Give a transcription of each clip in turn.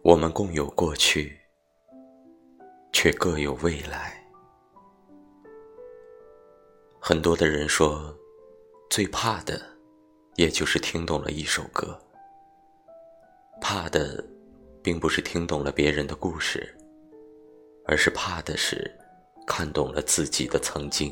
我们共有过去，却各有未来。很多的人说，最怕的也就是听懂了一首歌。怕的并不是听懂了别人的故事，而是怕的是看懂了自己的曾经。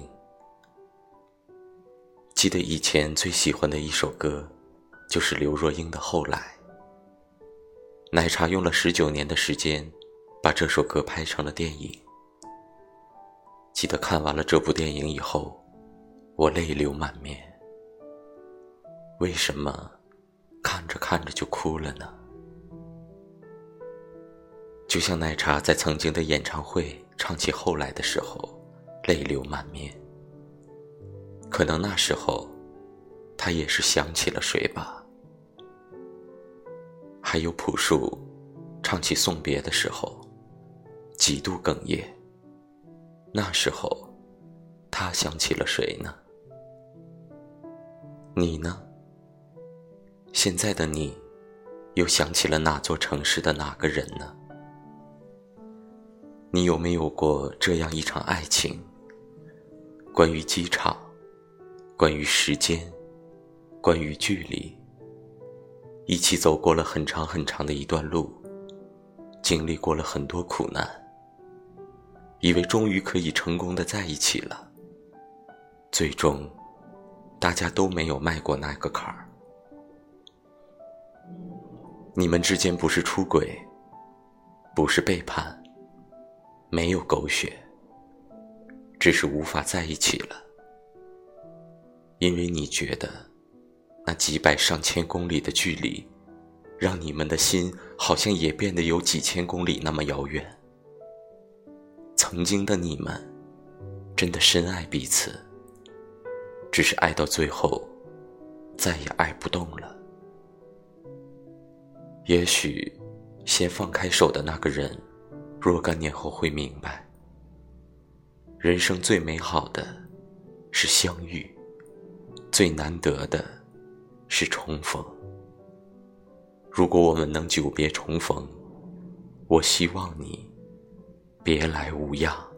记得以前最喜欢的一首歌就是刘若英的《后来》。奶茶用了19年的时间把这首歌拍成了电影。记得看完了这部电影以后，我泪流满面。为什么看着看着就哭了呢？就像奶茶在曾经的演唱会唱起《后来》的时候泪流满面，可能那时候他也是想起了谁吧。还有朴树唱起送别的时候几度哽咽，那时候他想起了谁呢？你呢？现在的你又想起了哪座城市的哪个人呢？你有没有过这样一场爱情，关于机场，关于时间，关于距离，一起走过了很长很长的一段路，经历过了很多苦难，以为终于可以成功的在一起了，最终大家都没有迈过那个坎儿。你们之间不是出轨，不是背叛，没有狗血，只是无法在一起了。因为你觉得那几百上千公里的距离，让你们的心好像也变得有几千公里那么遥远。曾经的你们真的深爱彼此，只是爱到最后再也爱不动了。也许先放开手的那个人若干年后会明白，人生最美好的是相遇，最难得的是重逢。如果我们能久别重逢，我希望你别来无恙。